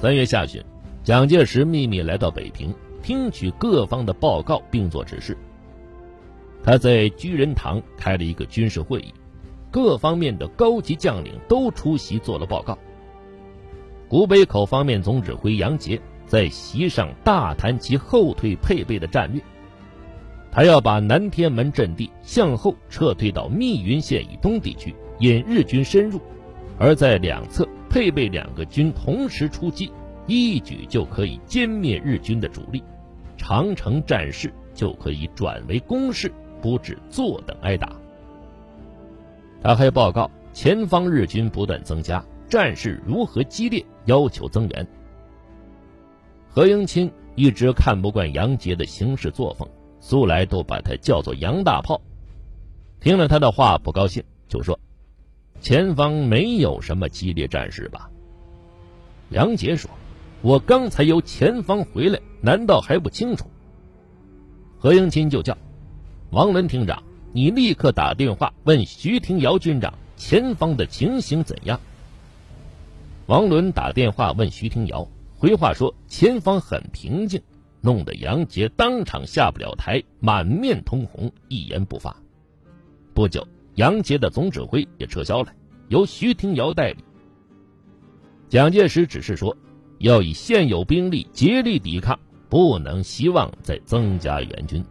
3月下旬，蒋介石秘密来到北平，听取各方的报告并作指示。他在居仁堂开了一个军事会议，各方面的高级将领都出席做了报告。古北口方面总指挥杨杰在席上大谈其后退配备的战略，他要把南天门阵地向后撤退到密云县以东地区，引日军深入，而在两侧配备2个军同时出击，一举就可以歼灭日军的主力，长城战事就可以转为攻势，不致坐等挨打。他还报告前方日军不断增加，战事如何激烈，要求增援。何应钦一直看不惯杨杰的行事作风，素来都把他叫做杨大炮。听了他的话不高兴，就说前方没有什么激烈战事吧。杨杰说，我刚才由前方回来，难道还不清楚？何应钦就叫王伦厅长，你立刻打电话问徐廷瑶军长前方的情形怎样。王伦打电话问徐廷瑶，回话说前方很平静，弄得杨杰当场下不了台，满面通红，一言不发。不久，杨杰的总指挥也撤销了，由徐廷瑶代理。蒋介石只是说要以现有兵力竭力抵抗，不能希望再增加援军。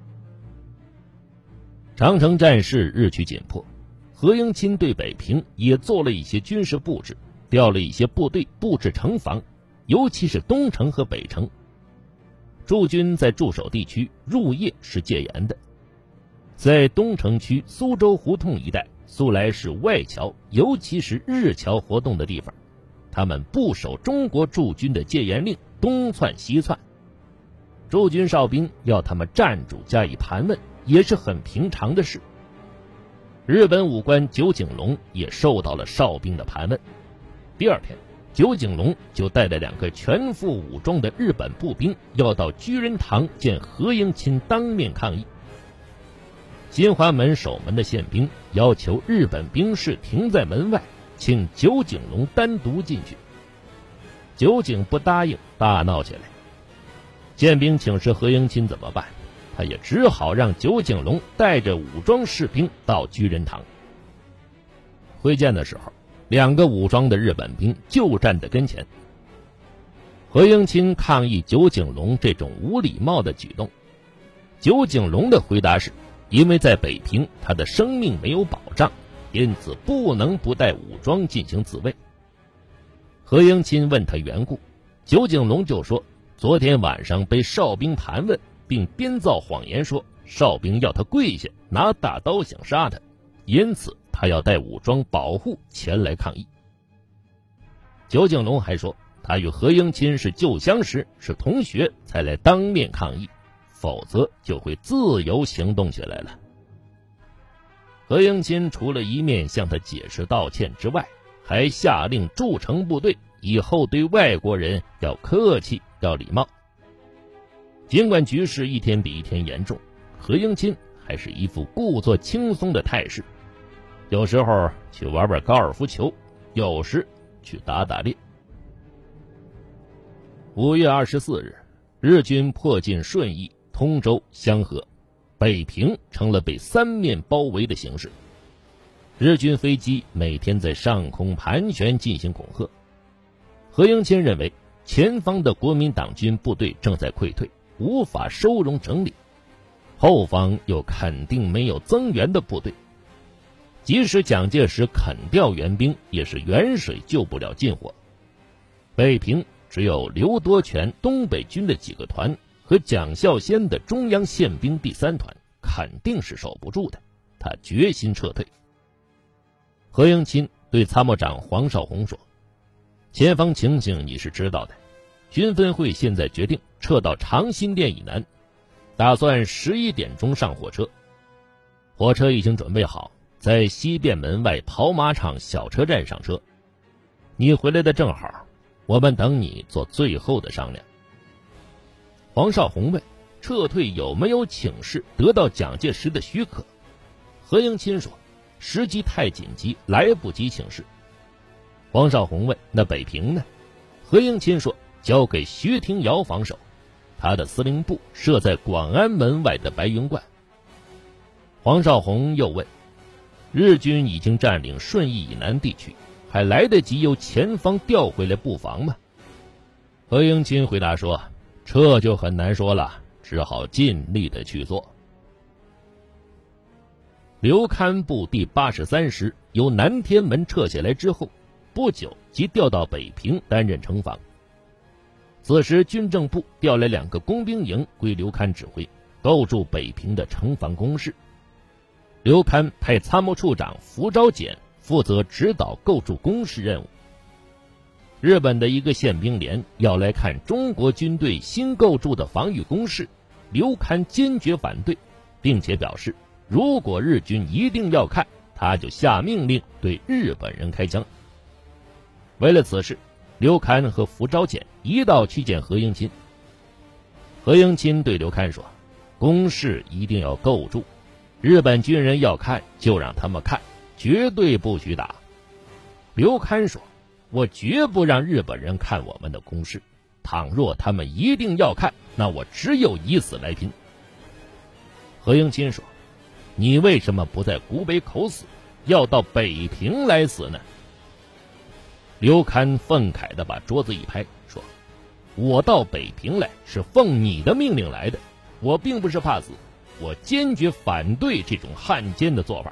长城战事日趋紧迫，何应钦对北平也做了一些军事布置，调了一些部队布置城防，尤其是东城和北城。驻军在驻守地区入夜是戒严的。在东城区苏州胡同一带，素来是外侨尤其是日侨活动的地方，他们不守中国驻军的戒严令，东窜西窜。驻军哨兵要他们站住加以盘问，也是很平常的事。日本武官酒井隆也受到了哨兵的盘问。第二天，酒井隆就带着2个全副武装的日本步兵要到居仁堂见何应钦当面抗议。新华门守门的宪兵要求日本兵士停在门外，请酒井隆单独进去。酒井不答应，大闹起来。宪兵请示何应钦怎么办，他也只好让酒井隆带着武装士兵到居仁堂。会见的时候，2个武装的日本兵就站在跟前。何应钦抗议酒井隆这种无礼貌的举动。酒井隆的回答是，因为在北平他的生命没有保障，因此不能不带武装进行自卫。何应钦问他缘故，酒井隆就说昨天晚上被哨兵盘问，并编造谎言说哨兵要他跪下，拿大刀想杀他，因此他要带武装保护前来抗议。酒井隆还说他与何应钦是旧相识，是同学，才来当面抗议，否则就会自由行动起来了。何应钦除了一面向他解释道歉之外，还下令驻城部队以后对外国人要客气，要礼貌。尽管局势一天比一天严重，何应钦还是一副故作轻松的态势，有时候去玩玩高尔夫球，有时去打打猎。5月24日，日军迫近顺义、通州、香河，北平成了被3面包围的形势。日军飞机每天在上空盘旋进行恐吓。何应钦认为前方的国民党军部队正在溃退，无法收容整理，后方又肯定没有增援的部队，即使蒋介石肯调援兵，也是远水救不了近火。北平只有刘多全东北军的几个团和蒋孝先的中央宪兵第3团，肯定是守不住的，他决心撤退。何应钦对参谋长黄绍竑说，前方情形你是知道的，军分会现在决定撤到长辛店以南，打算11点钟上火车，火车已经准备好，在西便门外跑马场小车站上车，你回来的正好，我们等你做最后的商量。黄绍竑问撤退有没有请示得到蒋介石的许可，何应钦说时机太紧急，来不及请示。黄绍竑问那北平呢？ 何应钦说交给徐廷瑶防守，他的司令部设在广安门外的白云观。黄绍竑又问，日军已经占领顺义以南地区，还来得及由前方调回来布防吗？何应钦回答说，这就很难说了，只好尽力的去做。刘戡部第83师由南天门撤下来之后，不久即调到北平担任城防。此时军政部调来2个工兵营归刘戡指挥，构筑北平的城防工事。刘戡派参谋处长符昭简负责指导构筑工事任务。日本的一个宪兵连要来看中国军队新构筑的防御工事，刘戡坚决反对，并且表示如果日军一定要看，他就下命令对日本人开枪。为了此事，刘戡和符昭简一道去见何应钦。何应钦对刘戡说，工事一定要构筑，日本军人要看就让他们看，绝对不许打。刘戡说，我绝不让日本人看我们的工事，倘若他们一定要看，那我只有以死来拼。何应钦说，你为什么不在古北口死，要到北平来死呢？刘戡愤慨地把桌子一拍，说，我到北平来是奉你的命令来的，我并不是怕死，我坚决反对这种汉奸的做法。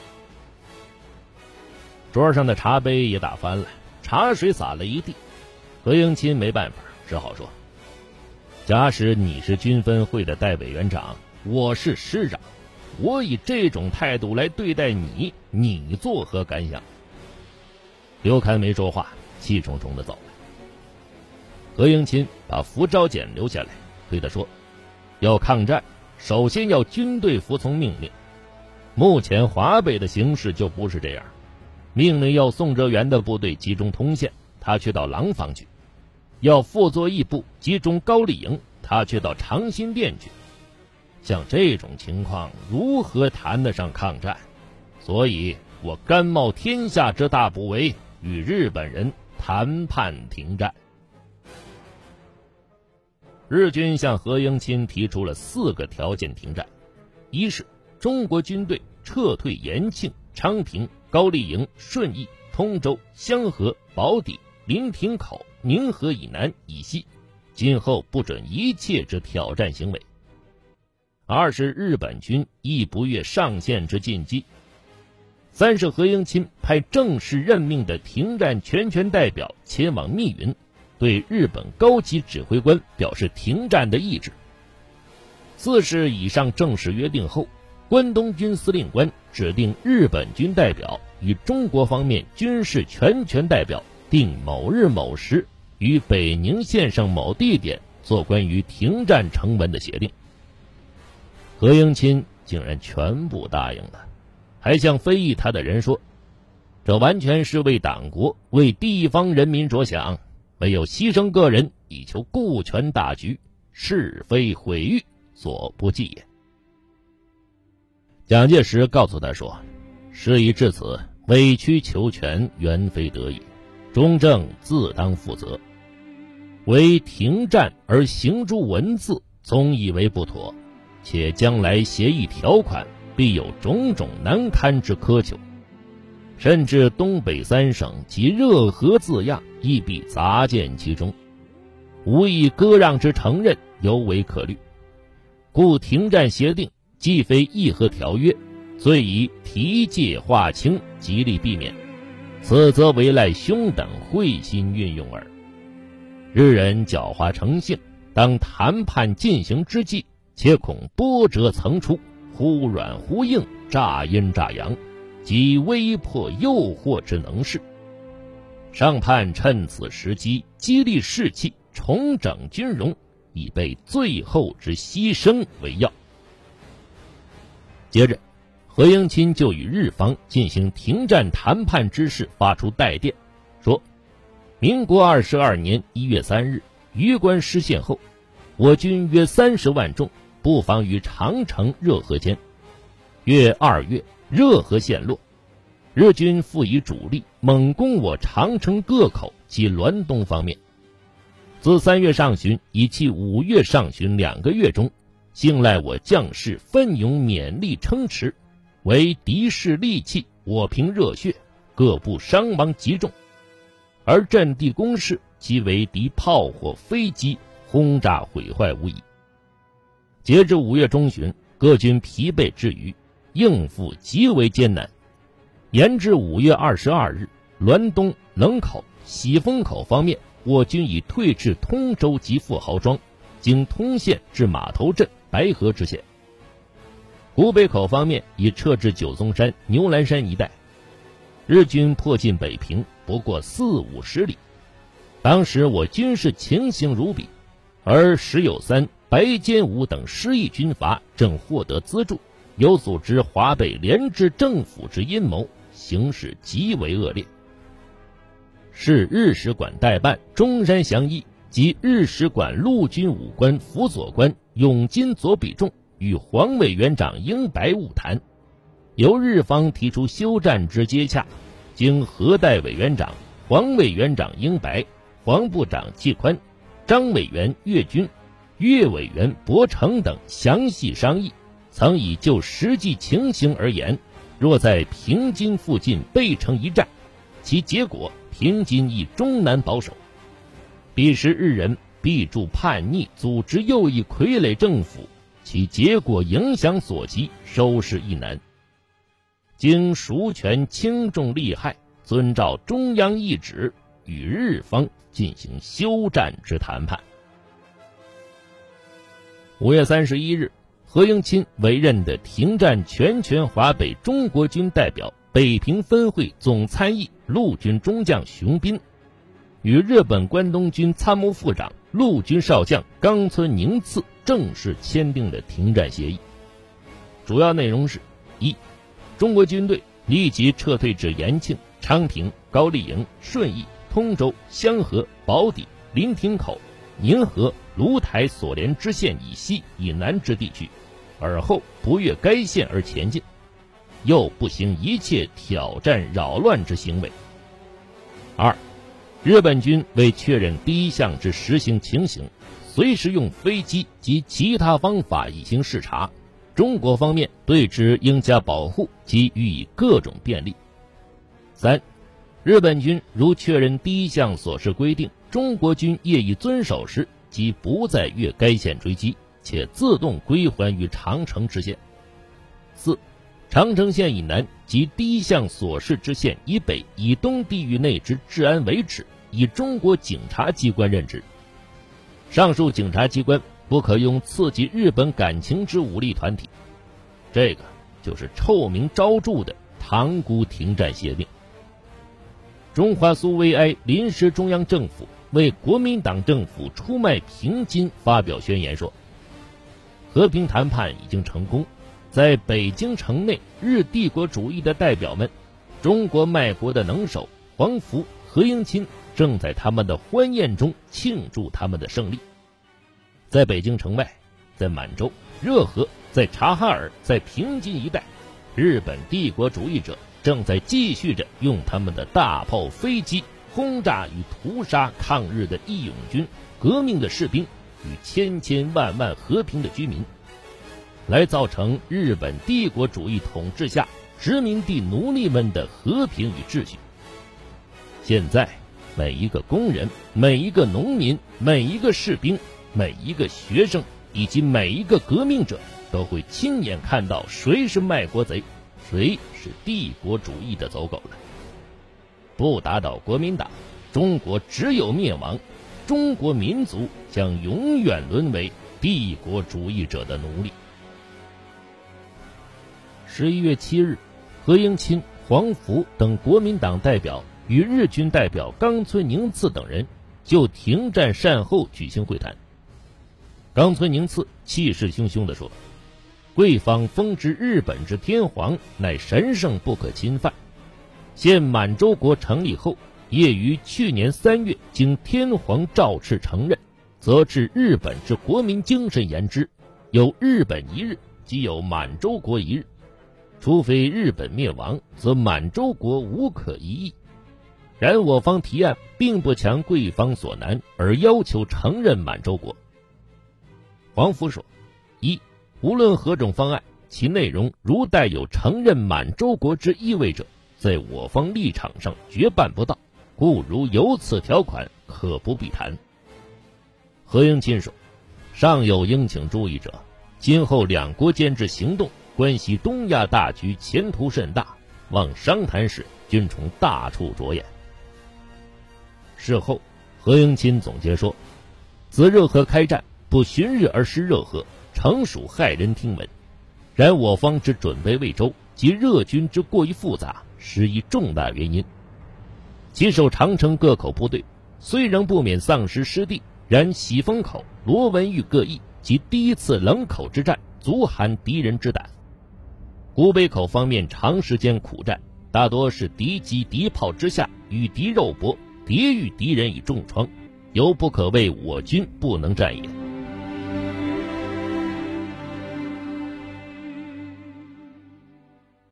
桌上的茶杯也打翻了，茶水洒了一地。何应钦没办法，只好说，假使你是军分会的代委员长，我是师长，我以这种态度来对待你，你作何感想？刘戡没说话，气冲冲地走了。何应钦把符昭简留下来，对他说，要抗战，首先要军队服从命令。目前华北的形势就不是这样，命令要宋哲元的部队集中通县，他却到廊坊去；要傅作义部集中高丽营，他却到长辛店去。像这种情况如何谈得上抗战？所以我甘冒天下之大不韪，与日本人谈判停战。日军向何应钦提出了4个条件停战：一是中国军队撤退延庆、昌平、高丽营、顺义、通州、香河、宝坻、临亭口、宁河以南以西，今后不准一切之挑战行为；二是日本军亦不越上限之禁忌；三是何应钦派正式任命的停战全权代表前往密云，对日本高级指挥官表示停战的意志；四是以上正式约定后，关东军司令官指定日本军代表与中国方面军事全权代表定某日某时于北宁县上某地点做关于停战成文的协定。何应钦竟然全部答应了，还向非议他的人说，这完全是为党国、为地方人民着想，没有牺牲个人以求顾全大局，是非毁誉，所不计也。蒋介石告诉他说，事已至此，委曲求全原非得已，中正自当负责，为停战而行诸文字，总以为不妥，且将来协议条款必有种种难堪之苛求，甚至东北3省及热河字样亦必杂见其中，无意割让之承认，尤为可虑。故停战协定既非议和条约，遂以提戒划清，极力避免，此则为赖兄等会心运用耳。日人狡猾成性，当谈判进行之际，且恐波折层出，忽软忽硬，乍阴乍阳，及威迫诱惑之能事。上盼趁此时机激励士气，重整军容，以备最后之牺牲为要。接着何应钦就与日方进行停战谈判之事发出代电，说民国22年1月3日榆关失陷后，我军约30万众布防于长城热河间。约2月热河陷落，日军复以主力猛攻我长城各口及滦东方面， 自3月上旬以及5月上旬2个月中，幸赖我将士奋勇勉力撑持，为敌势利器，我凭热血，各部伤亡极重，而阵地攻势即为敌炮火飞机轰炸毁坏无疑。截至5月中旬，各军疲惫之余，应付极为艰难。延至5月22日，滦东、冷口、喜峰口方面，我军已退至通州及富豪庄，经通县至码头镇、白河支线。古北口方面已撤至九松山、牛栏山一带。日军迫近北平不过40-50里。当时我军事情形如彼，而石友三、白坚武等失意军阀正获得资助，有组织华北联制政府之阴谋，形势极为恶劣。是日使馆代办中山祥一及日使馆陆军武官辅佐官永金左比仲与黄委员长英白晤谈，由日方提出休战之接洽，经何代委员长、黄委员长英白、黄部长季宽、张委员岳军、岳委员伯承等详细商议，曾以就实际情形而言，若在平津附近背城一战，其结果平津亦终难保守。彼时日人必助叛逆，组织右翼傀儡政府，其结果影响所及，收拾亦难。经赎权轻重利害，遵照中央意旨，与日方进行休战之谈判。5月31日，何应钦委任的停战全权华北中国军代表北平分会总参议陆军中将熊斌，与日本关东军参谋副长陆军少将冈村宁次正式签订了停战协议。主要内容是：一、中国军队立即撤退至延庆、昌平、高丽营、顺义、通州、香河、宝坻、临亭口、宁河、芦台所连支线以西以南之地区，而后不越该线而前进，又不行一切挑战扰乱之行为。二、日本军为确认第一项之实行情形，随时用飞机及其他方法以行视察，中国方面对之应加保护及予以各种便利。三、日本军如确认第一项所示规定，中国军业已遵守时，即不再越该线追击，且自动归还于长城支线。四、长城线以南及第一项所示之线以北以东地域内之治安维持，以中国警察机关任职。上述警察机关不可用刺激日本感情之武力团体。这个就是臭名昭著的塘沽停战协定。中华苏维埃临时中央政府为国民党政府出卖平津发表宣言说，和平谈判已经成功，在北京城内日帝国主义的代表们，中国卖国的能手黄福、何应钦正在他们的欢宴中庆祝他们的胜利。在北京城外，在满洲、热河、在察哈尔、在平津一带，日本帝国主义者正在继续着用他们的大炮飞机轰炸与屠杀抗日的义勇军、革命的士兵与千千万万和平的居民，来造成日本帝国主义统治下殖民地奴隶们的和平与秩序。现在每一个工人、每一个农民、每一个士兵、每一个学生以及每一个革命者都会亲眼看到谁是卖国贼，谁是帝国主义的走狗了。不打倒国民党，中国只有灭亡，中国民族将永远沦为帝国主义者的奴隶。11月7日，何应钦、黄福等国民党代表与日军代表冈村宁次等人就停战善后举行会谈。冈村宁次气势汹汹地说，贵方封之日本之天皇，乃神圣不可侵犯。现满洲国成立后，业于去年3月经天皇诏敕承认，则至日本之国民精神言之，有日本一日，即有满洲国一日。除非日本灭亡，则满洲国无可一议。 然我方提案并不强贵方所难，而要求承认满洲国。黄福说：一，无论何种方案，其内容如带有承认满洲国之意味者，在我方立场上绝办不到，故如有此条款，可不必谈。何应钦说：尚有应请注意者，今后两国间之行动关系东亚大局，前途甚大，望商谈时均从大处着眼。事后何应钦总结说：自热河开战，不旬日而失热河，诚属骇人听闻。然我方之准备未周，及热军之过于复杂，实一重大原因。其守长城各口部队虽仍不免丧失失地，然喜峰口、罗文峪各役及第一次冷口之战，足寒敌人之胆。古北口方面长时间苦战，大多是敌机敌炮之下，与敌肉搏，迭遇敌人以重创，犹不可谓我军不能战也。